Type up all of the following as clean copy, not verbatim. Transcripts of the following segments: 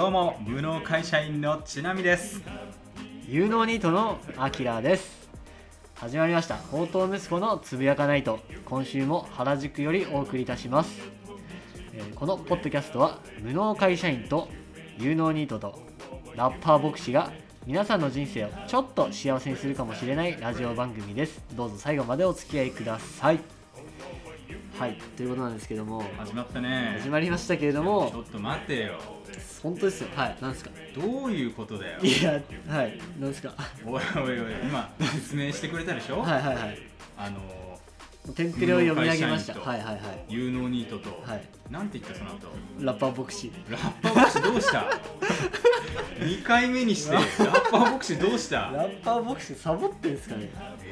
どうも無能会社員のちなみです。 有能ニートのあきらです。始まりました放蕩息子のつぶやかナイト。今週も原宿よりお送りいたします。このポッドキャストは無能会社員と有能ニートとラッパー牧師が皆さんの人生をちょっと幸せにするかもしれないラジオ番組です。どうぞ最後までお付き合いください。はい、ということなんですけども、 始まったね。 始まりましたけれども、 ちょっと待てよ。 本当ですよ。はい、なんですか。 どういうことだよ。 いや、はい、なんですか。 おいおいおい、今説明してくれたでしょ。 はいはいはい。テンプレを読み上げました。はいはいはい。 有能ニートと、 はい、 なんて言ったその後。 ラッパー牧師。 ラッパー牧師どうした？2回目にしてラッパー牧師どうした？ ラッパー牧師サボってんですかね。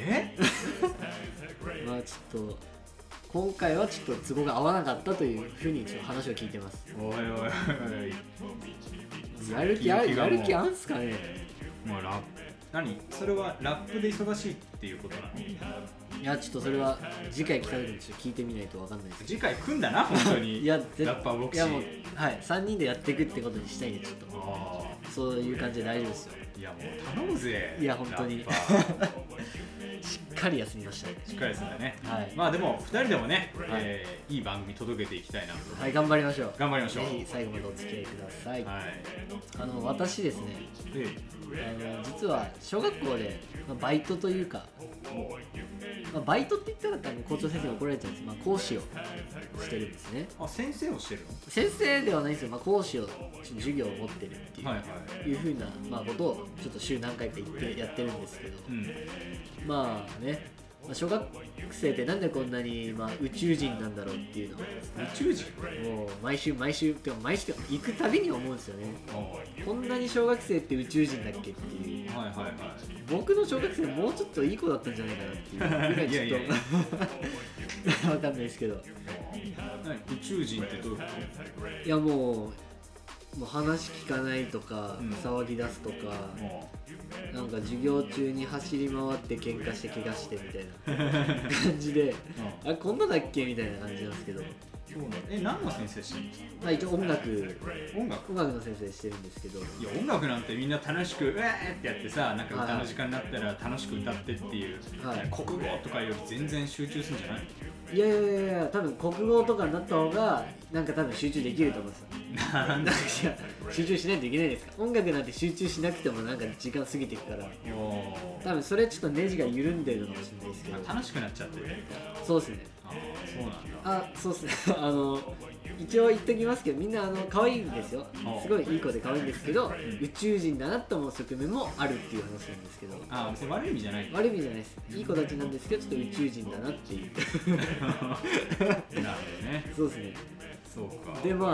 まあちょっと今回はちょっと都合が合わなかったというふうにちょっと話を聞いてます。 おいおいおいおい。 やる気あんすかね。 もう何それはラップで忙しいっていうことなの？ いやちょっとそれは次回来た時にちょっと聞いてみないと分かんないです。 次回来んだな本当に。 いやラッパー牧師。 いやもうはい3人でやっていくってことにしたいんでちょっとそういう感じで大丈夫ですよ。 いやもう頼むぜ。 いや本当にしっかり休みましたね。 しっかり休んだね。 はい。 まあでも2人でもね、 はいいい番組届けていきたいなと。 はい、頑張りましょう。 頑張りましょう。 ぜひ最後までお付き合いください。 はい。 私ですね、実は小学校で、バイトというか、バイトって言ったら校長先生に怒られちゃうんです。講師をしてるんですね。 あ、先生をしてるの？ 先生ではないんですよ。講師を授業を持ってるっていう、いうふうな、ことをちょっと週何回か行ってやってるんですけど、まあね、小学生ってなんでこんなに、宇宙人なんだろうっていうのを、宇宙人もう毎週行くたびに思うんですよね。こんなに小学生って宇宙人だっけっていう、僕の小学生もうちょっといい子だったんじゃないかなっていうぐらいちょっとわかんないですけど。 宇宙人ってどういうこと？ いやもう話聞かないとか、騒ぎ出すとか、なんか授業中に走り回って喧嘩して怪我してみたいな感じで、あこんなだっけみたいな感じなんですけど。 何の先生してるんですか？ 一応音楽の先生してるんですけど。 いや音楽なんてみんな楽しくってやってさ、なんか歌の時間になったら楽しく歌ってっていう、国語とかより全然集中するんじゃない？ いや多分国語とかになった方がなんか多分集中できると思うんですよ。なんか集中しないといけないですか。音楽なんて集中しなくてもなんか時間過ぎていくから、多分それちょっとネジが緩んでるのかもしれないですけど。 楽しくなっちゃってる。 そうですね。 そうなんだ。 そうですね。一応言っときますけど、みんな可愛いんですよ。すごいいい子で可愛いんですけど、宇宙人だなと思う側面もあるっていう話なんですけど。 別に悪い意味じゃない。 悪い意味じゃないです。いい子たちなんですけど、ちょっと宇宙人だなっていう。 なるほどね。 そうですね。 そうか。 でそう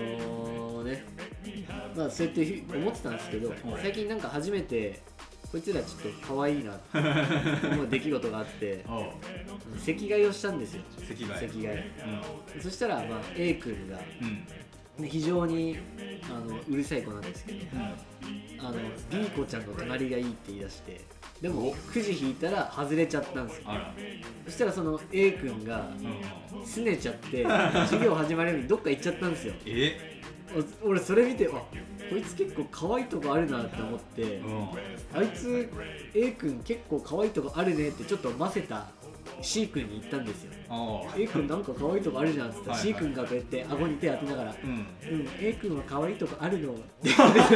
やって思ってたんですけど、最近なんか初めてこいつらちょっと可愛いなって思う出来事があって席替えをしたんですよ。席替え、そしたらA 君が、非常にうるさい子なんですけど、B 子ちゃんの隣がいいって言い出して、でもくじ引いたら外れちゃったんですよ。そしたらその A 君が拗ねちゃって授業始まるようにどっか行っちゃったんですよ。俺それ見てこいつ結構可愛いとこあるなって思って、あいつ A 君結構可愛いとこあるねってちょっとませた C 君に言ったんですよ。A 君なんか可愛いとこあるじゃんって言ったら C 君がこうやって顎に手当てながらA 君は可愛いとこあるのって言われて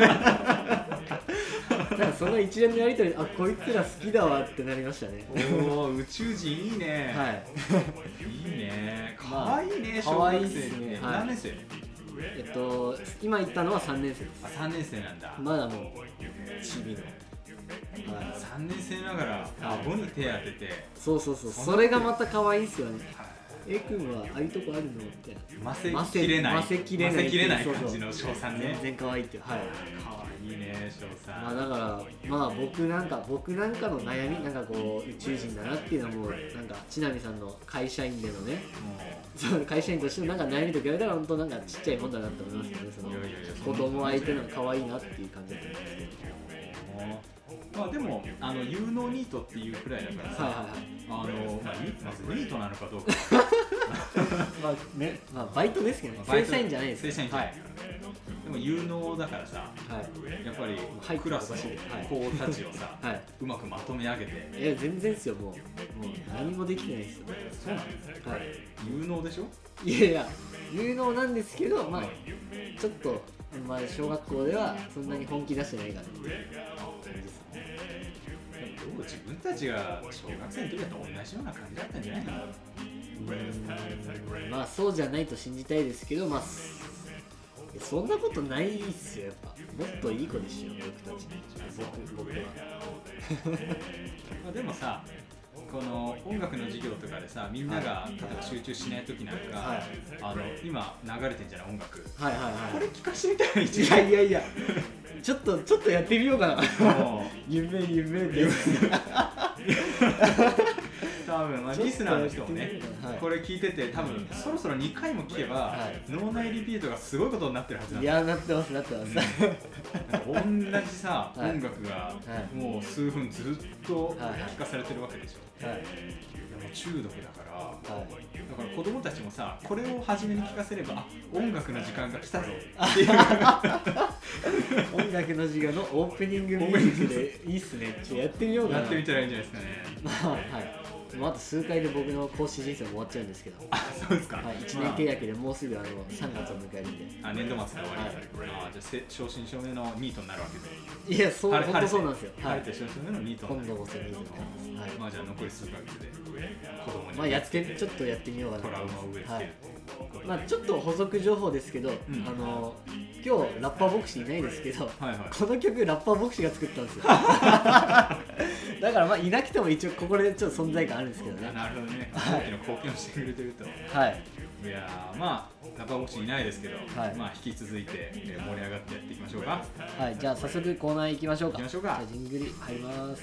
なんかその一連のやりとりでこいつら好きだわってなりましたね。 宇宙人いいね。いいね。可愛いね。 可愛いですね。 何年生？ 今言ったのは3年生です。 3年生なんだ。 まだもうチビの。 3年生ながら顎に手当てて。 そうそれがまた可愛いですよね。A 君はああいうとこあるのみたいな。ませきれない感じの小3ね。 全然可愛いって。 可愛いね小3。 だから僕なんかの悩み、なんかこう宇宙人だなっていうのもなんかちなみさんの会社員でのね、会社員としてのなんか悩みと比べたら本当なんかちっちゃいもんだなって思いますよね。その子供相手の可愛いなっていう感じだったんですけど。 でも有能ニートっていうくらいだからさ、まずニートなのかどうかバイトですけどね。正社員じゃないです。 正社員じゃない。でも有能だからさ、 はい、 やっぱりクラスの子たちをさ、はい、うまくまとめ上げて。 いや全然ですよ、もう何もできてないですよ。 そうなんですか、はい、有能でしょ。 いやいや有能なんですけど、まあちょっと、まあ、小学校ではそんなに本気出してないからっていう感じですね。 どう自分たちが小学生の時だと同じような感じだったんじゃないの？ まあそうじゃないと信じたいですけど、まあそんなことないっすよ。やっぱもっといい子でしょ僕たち。僕はまあでもさ、この音楽の授業とかでさ、みんなが例えば集中しない時なんか、はい、今流れてんじゃない音楽、はいはいはい、これ聞かしてみたい。 いやいやちょっとやってみようかな夢で多分、まあ、リスナーの人もね、はい、これ聞いてて多分そろそろ2回も聞けば、はい、脳内リピートがすごいことになってるはずなんだ。 いやなってますなんか同じさ、はい、音楽がもう数分ずっと聞かされてるわけでしょ、はい、もう中毒だから、はい、だから子供たちもさ、これを初めに聞かせれば、音楽の時間が来たぞっていう音楽の時間のオープニングミュージックでいいっすね。ちょっとやってみようかな。 やってみたらいいんじゃないですかね。 はい。あと数回で僕の講師人生も終わっちゃうんですけど。 あ、そうですか。はい、 1年契約でもうすぐ3月を迎えるんで。 年度末で終わり。はい、じゃあ正真正銘のニートになるわけで。 いや、本当そうなんですよ。 晴れて正真正銘のニート。 今度こそニートになります。 まあじゃあ残り数ヶ月で子供に。 まあちょっとやってみようかな。 トラウマを植え付ける。 まあちょっと補足情報ですけど、今日ラッパー牧師いないですけど、はいはい、この曲ラッパー牧師が作ったんですよ。だからまあいなくても一応ここでちょっと存在感あるんですけどね。 なるほどね。大きな貢献をしてくれてると。はい。いやまあラッパー牧師いないですけど、はい、まあ引き続いて盛り上がってやっていきましょうか。 はい。じゃあ早速コーナー行きましょうか。 行きましょうか。 じゃあジングル入ります。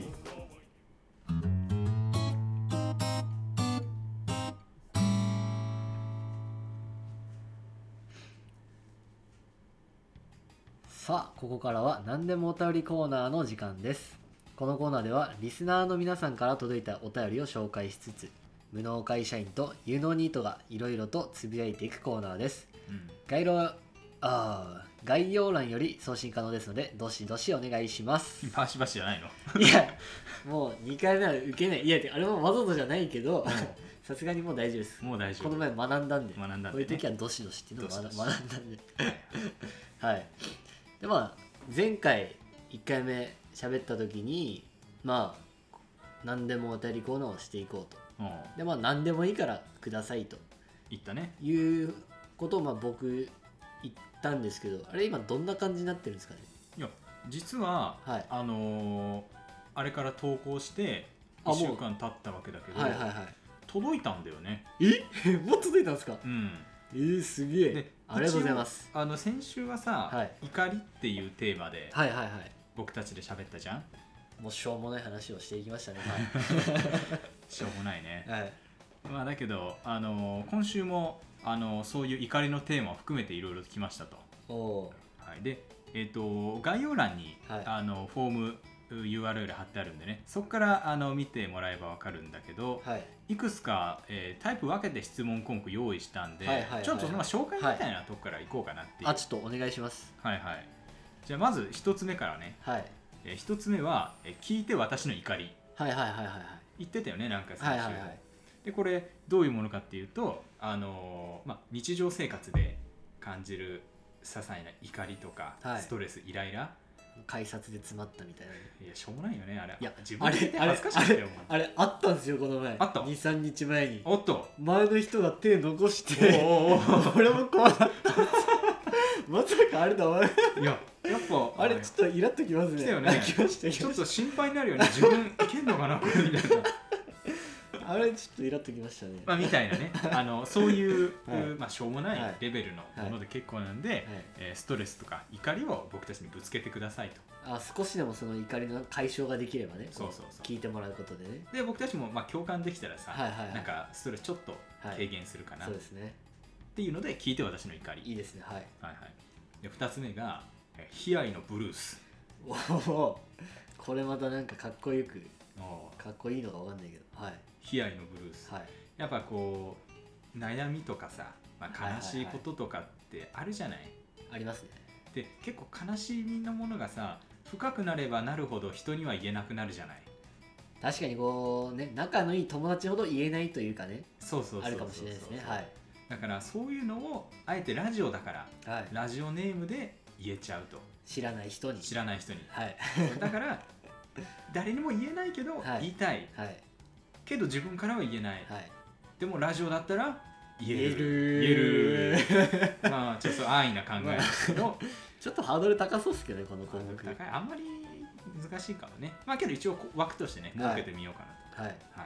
さあここからは何でもお便りコーナーの時間です。このコーナーではリスナーの皆さんから届いたお便りを紹介しつつ、無能会社員と有能ニートがいろいろとつぶやいていくコーナーです、概要欄より送信可能ですのでどしどしお願いします。 バシバシじゃないの？ いやもう2回目は受けない。いやあれもわざとじゃないけどさすがにもう大丈夫です。 もう大丈夫。 この前学んだんで、 ね、 こういう時はどしどしっていうのを学んだんではい。でまあ前回1回目喋った時にまあ何でもお便りコーナーをしていこうと。でまあ何でもいいからくださいと言ったね。 いうことをまあ僕言ったんですけど、あれ今どんな感じになってるんですかね。 いや実は、はい、あれから投稿して1週間経ったわけだけど、はいはいはい、届いたんだよね。 もう届いたんですか。うん。すげえ。ありがとうございます。 先週はさ、はい、怒りっていうテーマで、はいはいはい、僕たちで喋ったじゃん。 もうしょうもない話をしていきましたね。 しょうもないね。はい、まあだけど今週もそういう怒りのテーマを含めていろいろ来ましたと。はい、で概要欄に、はい、フォーム URL 貼ってあるんでね、そこから見てもらえば分かるんだけど、はい、いくつか、タイプ分けて質問項目用意したんで、ちょっとその紹介みたいなとこからいこうかなっていう。 ちょっとお願いします。 はいはい。じゃあまず一つ目からね。はい。一つ目は聞いて私の怒り。はいはいはいはい。言ってたよね、なんか先週。はいはいはい。でこれどういうものかっていうと、日常生活で感じる些細な怒りとか、はい、ストレス、イライラ。 改札で詰まったみたいな。 いやしょうもないよねあれ。いや自分で恥ずかしかったよ。あれあったんですよこの前。あった。2、3日前に。 おっと。 前の人が手残して、俺も怖かった。まさかあれだお前。いややっぱあれちょっとイラっときますね。 来たよね。 来ましたちょっと心配になるよね。自分いけんのかなこれみたいな。 あれちょっとイラっときましたね。 みたいなね。そういう、しょうもないレベルのもので結構なんで、ストレスとか怒りを僕たちにぶつけてくださいと。 少しでもその怒りの解消ができればね。そう聞いてもらうことでね。 で僕たちも共感できたらさ、なんかストレスちょっと軽減するかな。 そうですね。 っていうので聞いて私の怒り。 いいですね。はい。 はいはい。で2つ目が悲哀のブルース。 これまたなんかかっこよく、かっこいいのかわかんないけど、はい。 悲哀のブルース。はい。やっぱこう悩みとかさ、悲しいこととかってあるじゃない。 ありますね。 で結構悲しみのものがさ深くなればなるほど人には言えなくなるじゃない。 確かにこうね仲のいい友達ほど言えないというかねそうあるかもしれないですね。はい。 だからそういうのをあえてラジオだから、はい、ラジオネームで言えちゃうと。 知らない人に、 はい、だから誰にも言えないけど、言いたい、はい、けど自分からは言えない、はい、でもラジオだったら言えるまあちょっと安易な考えですけどちょっとハードル高そうですけどねこの項目。 高い、あんまり難しいかもね。まあけど一応枠としてね設けてみようかなと。はい、はい、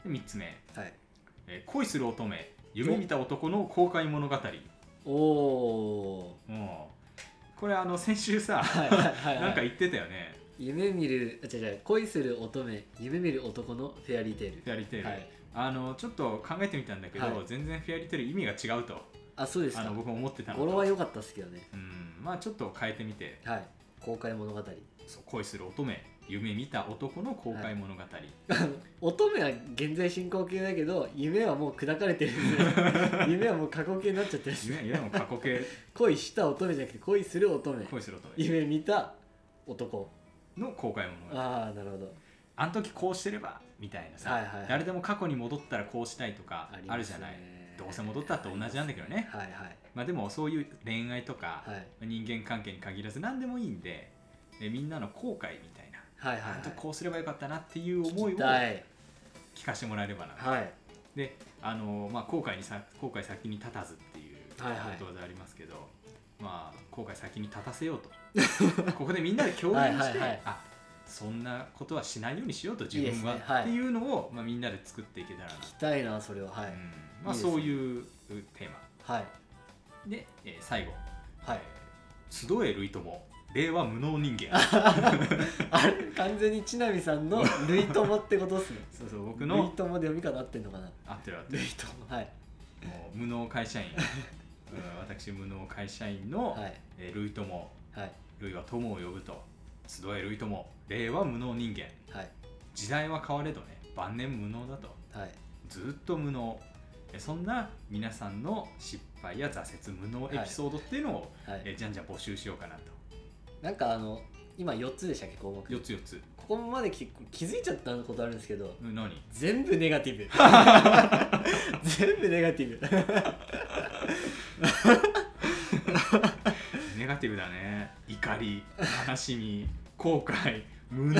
で3つ目、はい恋する乙女夢見た男の公開物語。おお、これ先週さなんか言ってたよね。 夢見る恋する乙女夢見る男のフェアリーテール。 フェアリーテール、はい、ちょっと考えてみたんだけど、はい、全然フェアリーテール意味が違うと。 あ、そうですか。 僕も思ってたのと。 語呂は良かったですけどね。 まあちょっと変えてみて、 はい、公開物語。 そう恋する乙女夢見た男の公開物語、はい、 乙女は現在進行形だけど夢はもう砕かれてるんで夢はもう過去形になっちゃってるし夢はもう過去形恋した乙女じゃなくて恋する乙女夢見た男の公開物語。 ああ、なるほど。 あの時こうしてればみたいなさ、はいはいはい、誰でも過去に戻ったらこうしたいとかあるじゃない。どうせ戻ったって同じなんだけどね、はいはい、まあ、でもそういう恋愛とか、はい、人間関係に限らず何でもいいんで、みんなの後悔みたいな、はいはいはい、あとこうすればよかったなっていう思いを聞かせてもらえればな、はい、でまあ、後悔先に立たずっていうことわざありますけど、はいはい、まあ、後悔先に立たせようとここでみんなで共有してはいはい、はい、あ、そんなことはしないようにしようと自分は、いいですね、はい、っていうのを、まあ、みんなで作っていけたらな。聞きたいなそれは。はい、 まあ、いいそういうテーマ、はい、で、最後、はい、集え類友令和無能人間あれ完全にちなみさんの類友ってことですね。 そうそう、僕の類友で読み方合ってんのかな。 合ってる合ってる。 類友、はい、 もう無能会社員私無能会社員の、はい、類友、はい、類は友を呼ぶと集え類友令和無能人間、はい、時代は変われどね晩年無能だと、はい、ずっと無能。そんな皆さんの失敗や挫折無能エピソードっていうのを、はい、じゃんじゃん募集しようかなと。 なんか今4つでしたっけ項目。 4つここまで気づいちゃったことあるんですけど、 何全部ネガティブ全部ネガティブネガティブだね。怒り、悲しみ、後悔、無能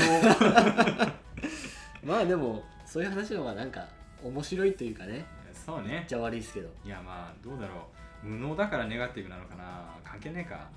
まあでもそういう話の方がなんか面白いというかね。 そうね。 めっちゃ悪いですけど。 いやまあどうだろう。無能だからネガティブなのかな。関係ねえか。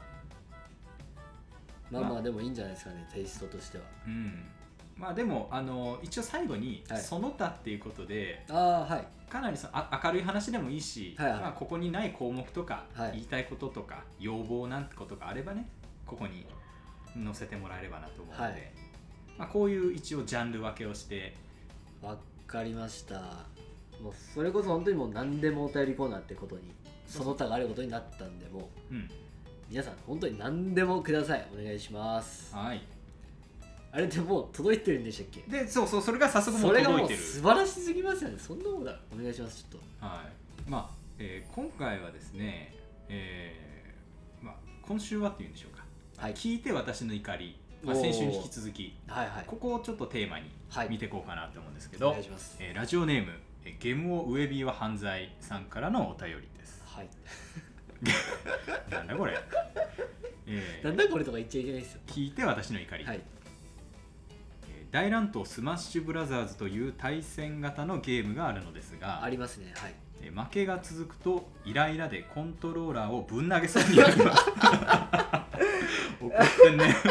まあでもいいんじゃないですかね、テイストとしては。 うん。まあでも一応最後にその他っていうことで、 はい、 かなり明るい話でもいいし、はいはい、まあ、ここにない項目とか、はい、言いたいこととか要望なんてことがあればね、ここに載せてもらえればなと思うので、はい、まあ、こういう一応ジャンル分けをして。 わかりました。もうそれこそ本当にもう何でもお便りコーナーってことにその他があることになったんで、もう、皆さん本当に何でもください。お願いします。はい。あれでもう届いてるんでしたっけ。 で、そうそれが早速もう届いてる。それがもう素晴らしすぎますよね。そんなもんだ。お願いします。ちょっと。 はい。まあ、今回はですね、まあ、今週はっていうんでしょうか、はい、聞いて私の怒り、まあ、先週に引き続き、はいはい、ここをちょっとテーマに見ていこうかなと思うんですけど、 お願いします。 ラジオネームゲムオウェビーは犯罪さんからのお便りです。はい。なんだこれ、 なんだこれとか言っちゃいけないですよ。 聞いて私の怒り、はい、大乱闘スマッシュブラザーズという対戦型のゲームがあるのですが、 ありますね、はい、 負けが続くとイライラでコントローラーをぶん投げそうになります怒ってんね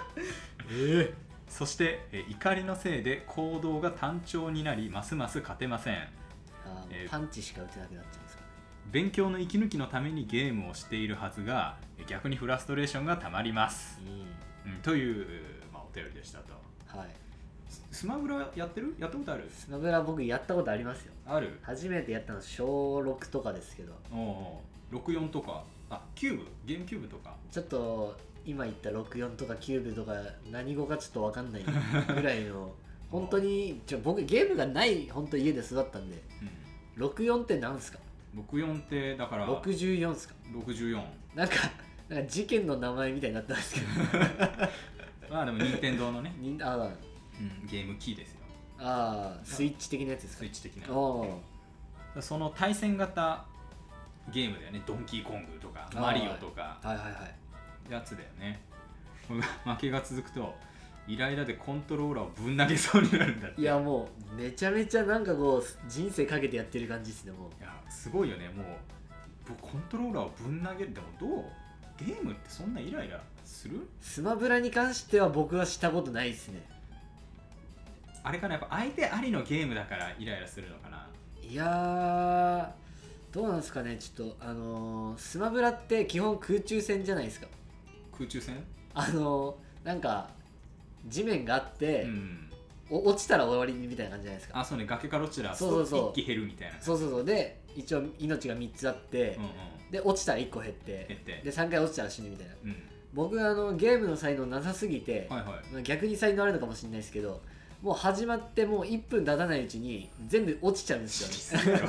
そして、怒りのせいで行動が単調になりますます勝てません。 パンチしか打てなくなっちゃうんですかね。 勉強の息抜きのためにゲームをしているはずが逆にフラストレーションがたまります、という、まあ、お便りでしたと。はい。スマブラやったことある？ スマブラ僕やったことありますよ。 ある？ 初めてやったの小6とかですけど。 64とか、キューブ、ゲームキューブとか。 ちょっと今言った64とかキューブとか何語かちょっと分かんないぐらいの本当に僕ゲームがない本当家で育ったんで、64って何すか？ 64ってだから 64っすか？ 64。 なんかなんか事件の名前みたいになったんですけどまあでも任天堂のねゲームキーですよ。 スイッチ的なやつですか。 スイッチ的な。その対戦型ゲームだよね。ドンキーコングとかマリオとかやつだよね。負けが続くとイライラでコントローラーをぶん投げそうになるんだって。 いやもうめちゃめちゃなんかこう人生かけてやってる感じですね。もういやすごいよね。もうコントローラーをぶん投げる。でもどうゲームってそんなイライラする？ スマブラに関しては僕はしたことないですね。 あれかな、やっぱ相手ありのゲームだからイライラするのかな。 いやどうなんですかね。ちょっとスマブラって基本空中戦じゃないですか。 空中戦？ なんか地面があって、落ちたら終わりみたいな感じじゃないですか。 そうね、崖から落ちたら一気減るみたいな。 そうで一応命が3つあって、で落ちたら1個減ってで3回落ちたら死ぬみたいな。僕ゲームの才能なさすぎて、逆に才能あるのかもしれないですけど、もう始まってもう1分経たないうちに全部落ちちゃうんですよね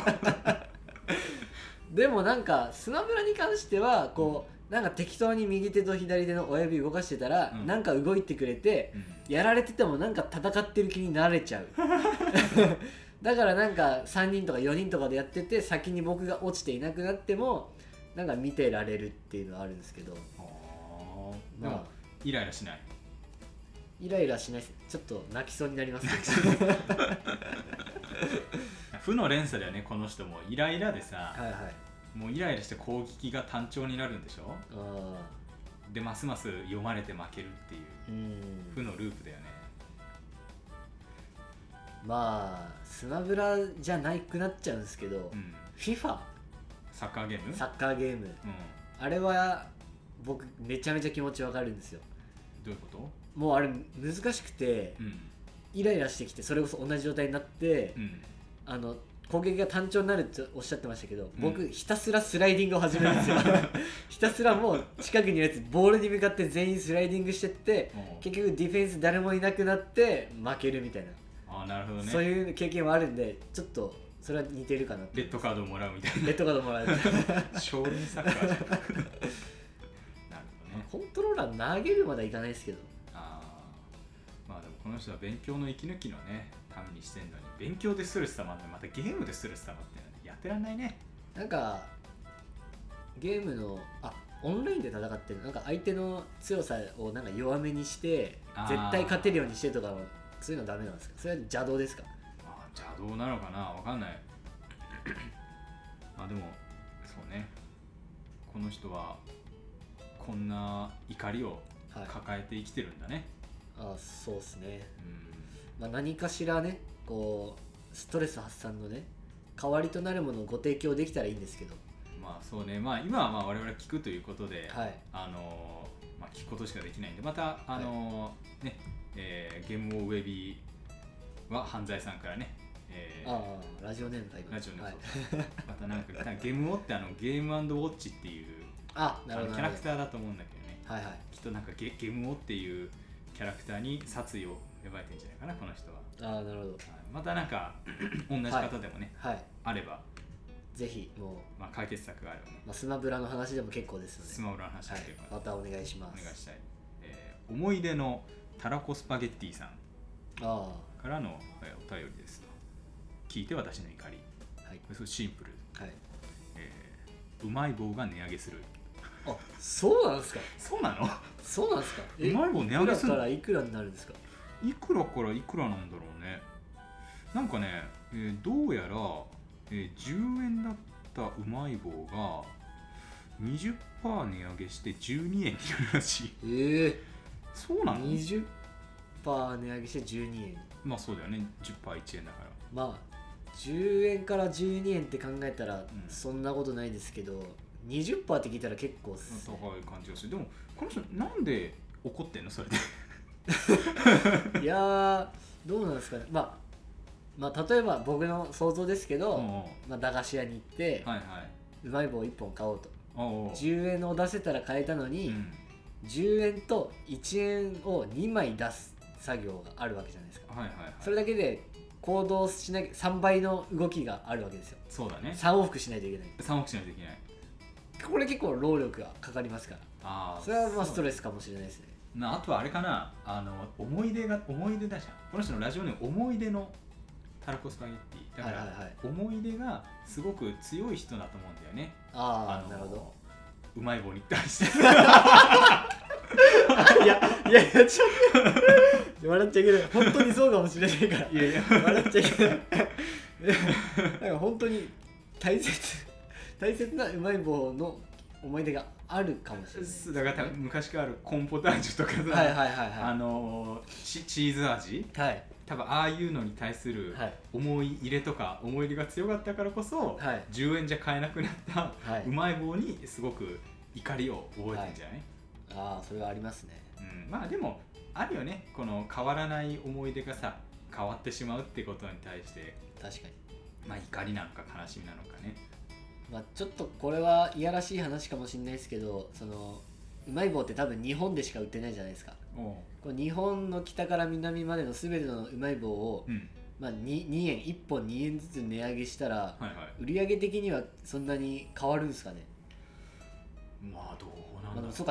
でもなんかスマブラに関してはこうなんか適当に右手と左手の親指動かしてたら、なんか動いてくれて、やられててもなんか戦ってる気になれちゃうだからなんか3人とか4人とかでやってて先に僕が落ちていなくなってもなんか見てられるっていうのはあるんですけど、 でもイライラしない？ イライラしないです。ちょっと泣きそうになります負の連鎖だよね。この人もイライラでさ、もうイライラして攻撃が単調になるんでしょ。でますます読まれて負けるっていう負のループだよね。 まあスマブラじゃなくなっちゃうんですけど、FIFA サッカーゲーム、 あれは僕めちゃめちゃ気持ちわかるんですよ。 どういうこと？ もうあれ難しくて、イライラしてきてそれこそ同じ状態になって、攻撃が単調になるっておっしゃってましたけど、僕ひたすらスライディングを始めるんですよひたすらもう近くにいるやつボールに向かって全員スライディングしてって、結局ディフェンス誰もいなくなって負けるみたいな。 なるほどね。 そういう経験はあるんで、ちょっとそれは似てるかなって。 レッドカードをもらうみたいな。 レッドカードもらう少林サッカーじゃんなるほどね。 コントローラー投げるまではいかないですけど。 まあでもこの人は勉強の息抜きのねためにしてんのに、勉強でストレス溜まってまたゲームでストレス溜まってやってらんないね。 なんかゲームのオンラインで戦ってるなんか相手の強さをなんか弱めにして絶対勝てるようにしてとか、そういうのダメなんですか？それは邪道ですか？ 邪道なのかな、わかんないでもそうね、この人はこんな怒りを抱えて生きてるんだね。 そうですね。何かしらねこうストレス発散のね代わりとなるものをご提供できたらいいんですけど。 そうね、今は我々聞くということで、聞くことしかできないんで、またゲームオーウェビーは犯罪さんからね、 ラジオネーム書いてます。 またなんかゲームオってゲーム&ウォッチっていうキャラクターだと思うんだけどね、きっとなんかゲームオっていうキャラクターに殺意を芽生えてるんじゃないかな、この人は。 なるほど。 またなんか同じ方でもね、あればぜひもう、 解決策があればね、 スマブラの話でも結構ですので、 スマブラの話でもまたお願いします。 お願いしたい。思い出のたらこスパゲッティさんからのお便りですと。聞いて私の怒り、シンプル、うまい棒が値上げする。 そうなんですか？ そうなの？ そうなんですか？ うまい棒値上げするの？ いくらからいくらになるんですか？ いくらからいくらなんだろうね。なんかね、どうやら、10円だったうまい棒が 20% 値上げして12円になるらしい。そうなの？ 20% 値上げして12円。 そうだよね。 10%1 円だから。 10円から12円って考えたらそんなことないですけど、20% って聞いたら結構っすね。 高い感じがする。でもこの人なんで怒ってんのそれでいやどうなんですかね。例えば僕の想像ですけど、駄菓子屋に行って、うまい棒1本買おうと。10円を出せたら買えたのに、10円と1円を2枚出す作業があるわけじゃないですか。それだけで行動しなきゃ3倍の動きがあるわけですよ。 そうだね。 3往復しないといけない。 3往復しないといけない。 これ結構労力がかかりますから、それはまあストレスかもしれないですね。 あとはあれかな、思い出だじゃん。この人のラジオネーム思い出のタラコスパゲッティだから、思い出がすごく強い人だと思うんだよね。 なるほど。 うまい棒に対していやちょっと笑っちゃいけない。本当にそうかもしれないから。笑っちゃいけない。なんか本当に大切なうまい棒の思い出があるかもしれない。 だから昔からあるコーンポタージュとかさ、チーズ味、多分ああいうのに対する思い入れとか思い入れが強かったからこそ、10円じゃ買えなくなったうまい棒にすごく怒りを覚えてるんじゃない？ それはありますね。 まあでもあるよね、この変わらない思い出がさ変わってしまうってことに対して、 確かに怒りなのか悲しみなのかね。 ちょっとこれはいやらしい話かもしれないですけど、そのうまい棒って多分日本でしか売ってないじゃないですか。こう日本の北から南までの全てのうまい棒を、2円1本2円ずつ値上げしたら、売上的にはそんなに変わるんですかね。 どうなんだろう、 そうか、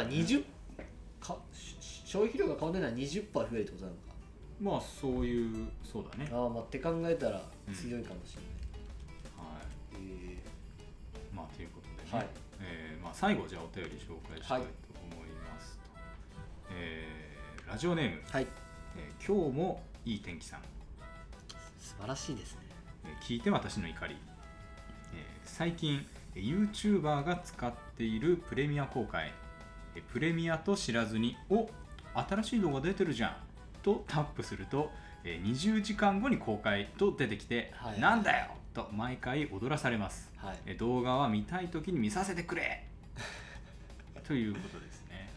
消費量が変わらないのは 20% 増えるってことなのか。 そうだね。 って考えたら強いかもしれない。 ということでね、最後じゃあお便り紹介したいと思いますと、ラジオネーム、今日もいい天気さん、 素晴らしいですね。 聞いて私の怒り、最近 YouTuber が使っているプレミア公開、プレミアと知らずに新しい動画出てるじゃんとタップすると、20時間後に公開と出てきて、なんだよと毎回踊らされます。動画は見たい時に見させてくれということですね。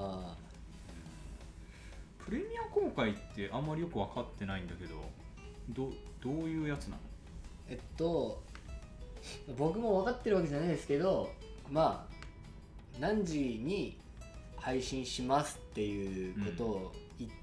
プレミア公開ってあんまりよく分かってないんだけど、どういうやつなの？ 僕も分かってるわけじゃないですけど、何時に配信しますっていうことを言って、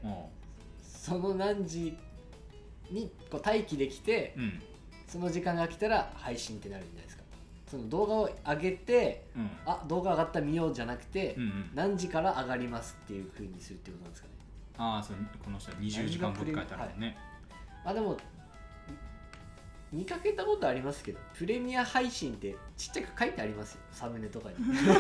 その何時に待機できて、その時間が来たら配信ってなるんじゃないですか。その動画を上げて、動画上がった見ようじゃなくて、何時から上がりますっていう風にするってことなんですかね。 この人は20時間後って書いてあるもんね。 でも見かけたことありますけど、プレミア配信ってちっちゃく書いてありますよ、サムネとかに。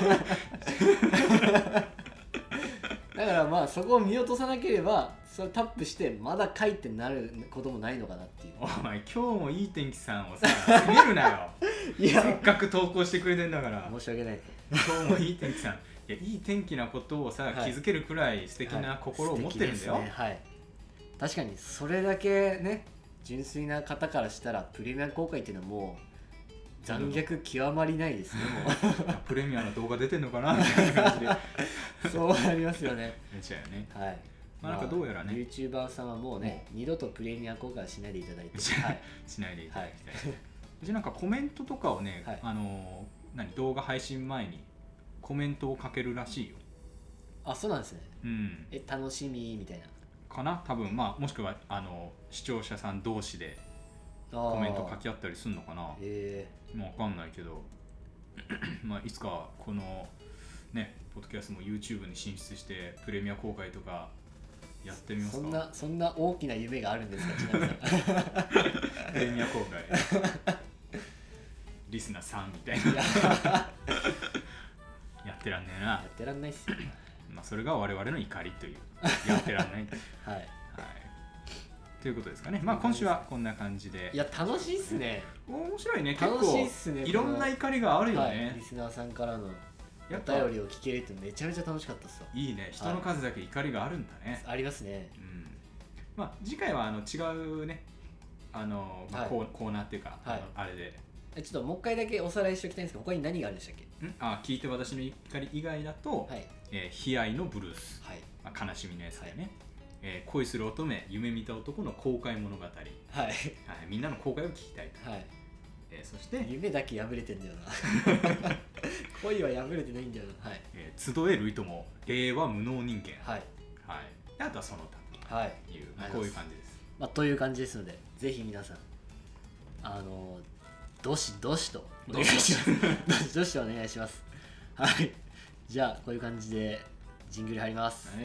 だからそこを見落とさなければ、それタップしてまだ書いてなることもないのかなっていう。 お前今日もいい天気さんをさ責めるなよ。せっかく投稿してくれてんだから。 申し訳ない。 今日もいい天気さん、いい天気なことをさ、気づけるくらい素敵な心を持ってるんだよ。 確かにそれだけね、純粋な方からしたらプレミア公開っていうのはもう残虐極まりないですね。もうプレミアの動画出てんのかなみたいな感じでそうなりますよね。 めちゃよね。 なんかどうやらね、 YouTuber さんはもうね、二度とプレミア公開はしないでいただいて、 しないでいただきたい。じゃなんかコメントとかをね、動画配信前にコメントをかけるらしいよ。 そうなんですね。楽しみみたいなかな、多分。もしくは視聴者さん同士でコメント書き合ったりするのかな。分かんないけどいつかこのねポッドキャストも YouTube に進出してプレミア公開とかやってみますか。 そんな大きな夢があるんですか、ちなみに。 プレミア公開リスナーさんみたいなやってらんねえな。 やってらんないっすよ。 それが我々の怒りという、やってらんないということですかね。今週はこんな感じで。 いや楽しいっすね。 面白いね。 楽しいっすね。 いろんな怒りがあるよね。 リスナーさんからのお便りを聞けるってめちゃめちゃ楽しかったっすよ。 いいね。人の数だけ怒りがあるんだね。 ありますね。 次回は違うねコーナーっていうか、あれでちょっともう一回だけおさらいしておきたいんですけど、他に何があるんでしたっけ？ 聞いて私の怒り以外だと、悲哀のブルース、悲しみのやつだよね。恋する乙女、夢見た男の公開物語、みんなの公開を聞きたいと。そして夢だけ破れてんだよな。恋は破れてないんだよな。 集えるいとも令和無能人間、あとはその他という、こういう感じです。 という感じですので、ぜひ皆さんどしどしとお願いしますどしどしとお願いします。はい、じゃあこういう感じでジングル入ります。はい、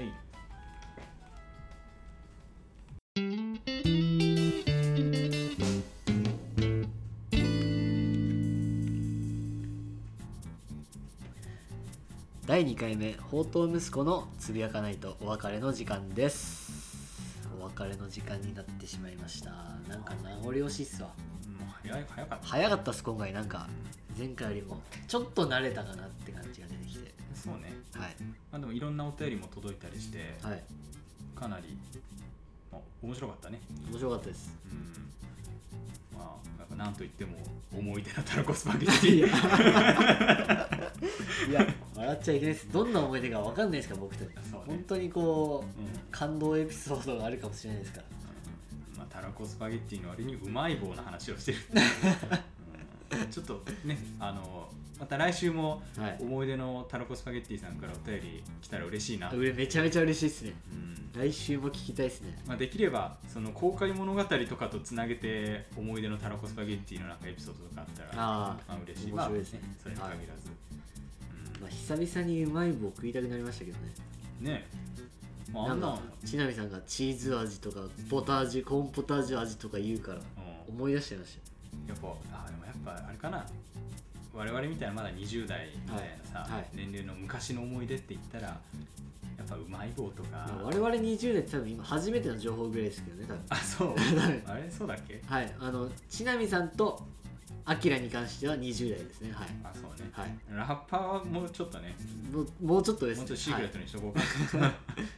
第2回目放蕩息子のつぶやかないとお別れの時間です。お別れの時間になってしまいました。なんか名残惜しいっすわ。早かったっす今回。なんか前回よりもちょっと慣れたかなって感じが出てきて。 そうね。 はい。 でもいろんなお便りも届いたりして、はい、かなり面白かったね。 面白かったです。 まあやっぱなんといっても思い出のたらこスパゲッティいや笑っちゃいけないです。どんな思い出か分かんないですから僕たち、ね、本当にこう、感動エピソードがあるかもしれないですから、 まあ、たらこスパゲッティの割にうまい棒の話をしてるちょっとねまた来週も思い出のたらこスパゲッティさんからお便り来たら嬉しいな。 めちゃめちゃ嬉しいですね、来週も聞きたいですね。 まあ、できればその公開物語とかとつなげて思い出のたらこスパゲッティのなんかエピソードとかあったらまあ嬉しい。 面白いですね。 それに限らず、 まあ、久々にうまい棒食いたくなりましたけどね。 ねえ、まあ、 なんかちなみさんがチーズ味とかポタージュコーンポタージュ味とか言うから思い出しちゃいました。 でもやっぱあれかな、我々みたいなまだ20代みたいなさ、年齢の昔の思い出って言ったらやっぱうまい棒とか、 我々20代って多分今初めての情報ぐらいですけどね多分。 あ、そうあれそうだっけ。 はい、ちなみさんとアキラに関しては20代ですね。はい。 あ、そうね。はい。ラッパーはもうちょっとね。 もうちょっとですね。 もうちょっとシークレットにしとこうか。はい。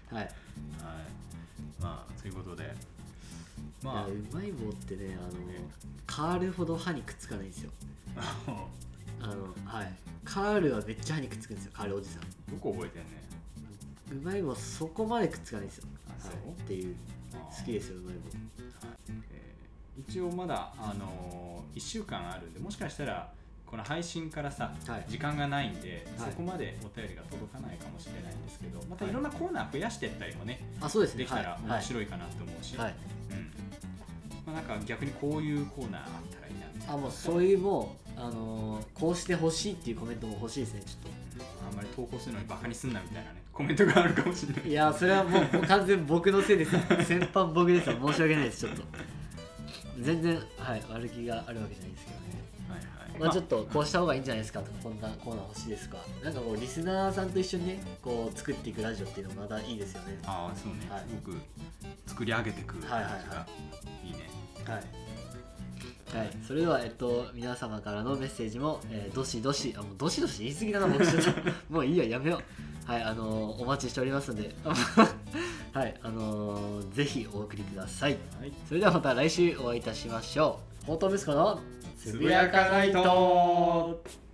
はい。まあということで、 まあうまい棒ってねカールほど歯にくっつかないんですよ。はい。カールはめっちゃ歯にくっつくんですよ。カールおじさん。 よく覚えてんね。 うまい棒そこまでくっつかないんですよ。はい。っていう好きですようまい棒。 一応まだ1週間あるんで、もしかしたらこの配信からさ、時間がないんで、そこまでお便りが届かないかもしれないんですけど、またいろんなコーナー増やしていったりもね、できたら面白いかなと思うし、まあ、なんか逆にこういうコーナーあったらいいなみたいな。 もうそういうもうこうしてほしいっていうコメントも欲しいですね。ちょっとあんまり投稿するのにバカにすんなみたいなねコメントがあるかもしれない。 いやそれはもう完全僕のせいです。先般僕です。申し訳ないです。ちょっと全然、悪気があるわけじゃないですけどね。まあちょっとこうした方がいいんじゃないですかとか、こんなコーナー欲しいですか、なんかこうリスナーさんと一緒にねこう作っていくラジオっていうのもまたいいですよね。 ああそうね、すごく作り上げていく感じがいいね。 はい、それでは皆様からのメッセージもどしどし、もうどしどし言い過ぎだな僕ちょっともういいややめよう。はい、お待ちしておりますのではい、ぜひお送りください。それではまた来週お会いいたしましょう。放蕩息子のつぶやかないと。